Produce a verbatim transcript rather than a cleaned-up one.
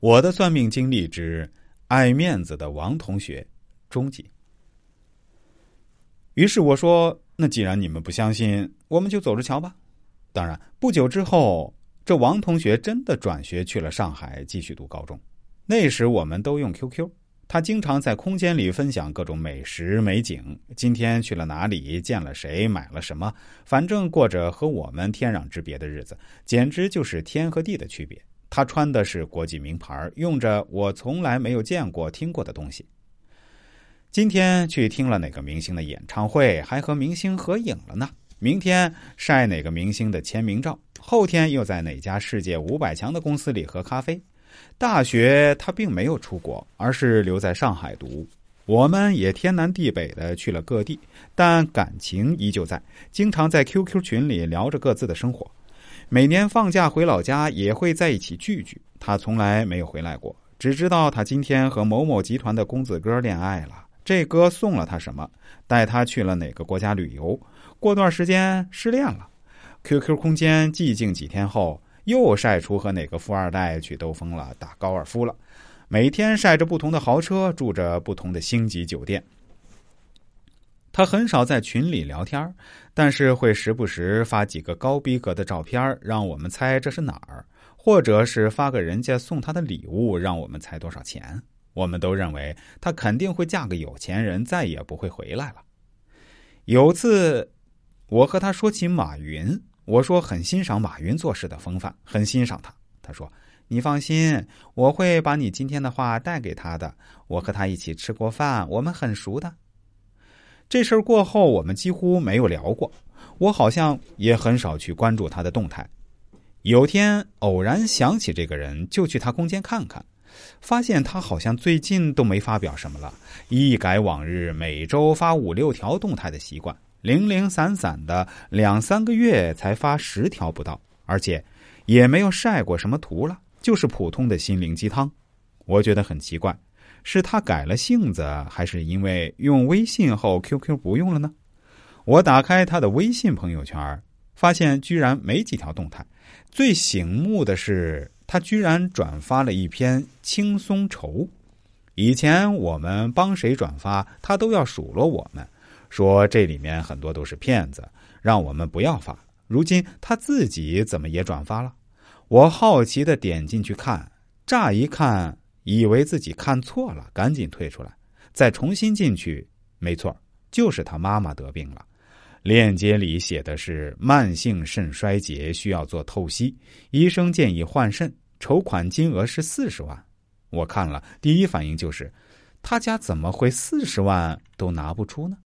我的算命经历之爱面子的王同学终极。于是我说，那既然你们不相信，我们就走着瞧吧。当然不久之后，这王同学真的转学去了上海继续读高中。那时我们都用 Q Q， 他经常在空间里分享各种美食美景，今天去了哪里，见了谁，买了什么，反正过着和我们天壤之别的日子，简直就是天和地的区别。他穿的是国际名牌，用着我从来没有见过听过的东西。今天去听了哪个明星的演唱会，还和明星合影了呢。明天晒哪个明星的签名照，后天又在哪家世界五百强的公司里喝咖啡。大学他并没有出国，而是留在上海读。我们也天南地北的去了各地，但感情依旧在，经常在 Q Q 群里聊着各自的生活。每年放假回老家也会在一起聚聚，他从来没有回来过，只知道他今天和某某集团的公子哥恋爱了，这哥送了他什么，带他去了哪个国家旅游，过段时间失恋了。 Q Q 空间寂静几天后，又晒出和哪个富二代去兜风了，打高尔夫了，每天晒着不同的豪车，住着不同的星级酒店。他很少在群里聊天，但是会时不时发几个高逼格的照片，让我们猜这是哪儿，或者是发个人家送他的礼物，让我们猜多少钱。我们都认为他肯定会嫁个有钱人，再也不会回来了。有次我和他说起马云，我说很欣赏马云做事的风范，很欣赏他。他说，你放心，我会把你今天的话带给他的，我和他一起吃过饭，我们很熟的。这事儿过后，我们几乎没有聊过，我好像也很少去关注他的动态。有天偶然想起这个人，就去他空间看看，发现他好像最近都没发表什么了，一改往日每周发五六条动态的习惯，零零散散的两三个月才发十条不到，而且也没有晒过什么图了，就是普通的心灵鸡汤。我觉得很奇怪，是他改了性子，还是因为用微信后 Q Q 不用了呢？我打开他的微信朋友圈，发现居然没几条动态。最醒目的是，他居然转发了一篇轻松筹。以前我们帮谁转发，他都要数落我们，说这里面很多都是骗子，让我们不要发。如今他自己怎么也转发了？我好奇地点进去看，乍一看以为自己看错了，赶紧退出来，再重新进去，没错，就是他妈妈得病了。链接里写的是慢性肾衰竭，需要做透析，医生建议换肾，筹款金额是四十万。我看了，第一反应就是，他家怎么会四十万都拿不出呢？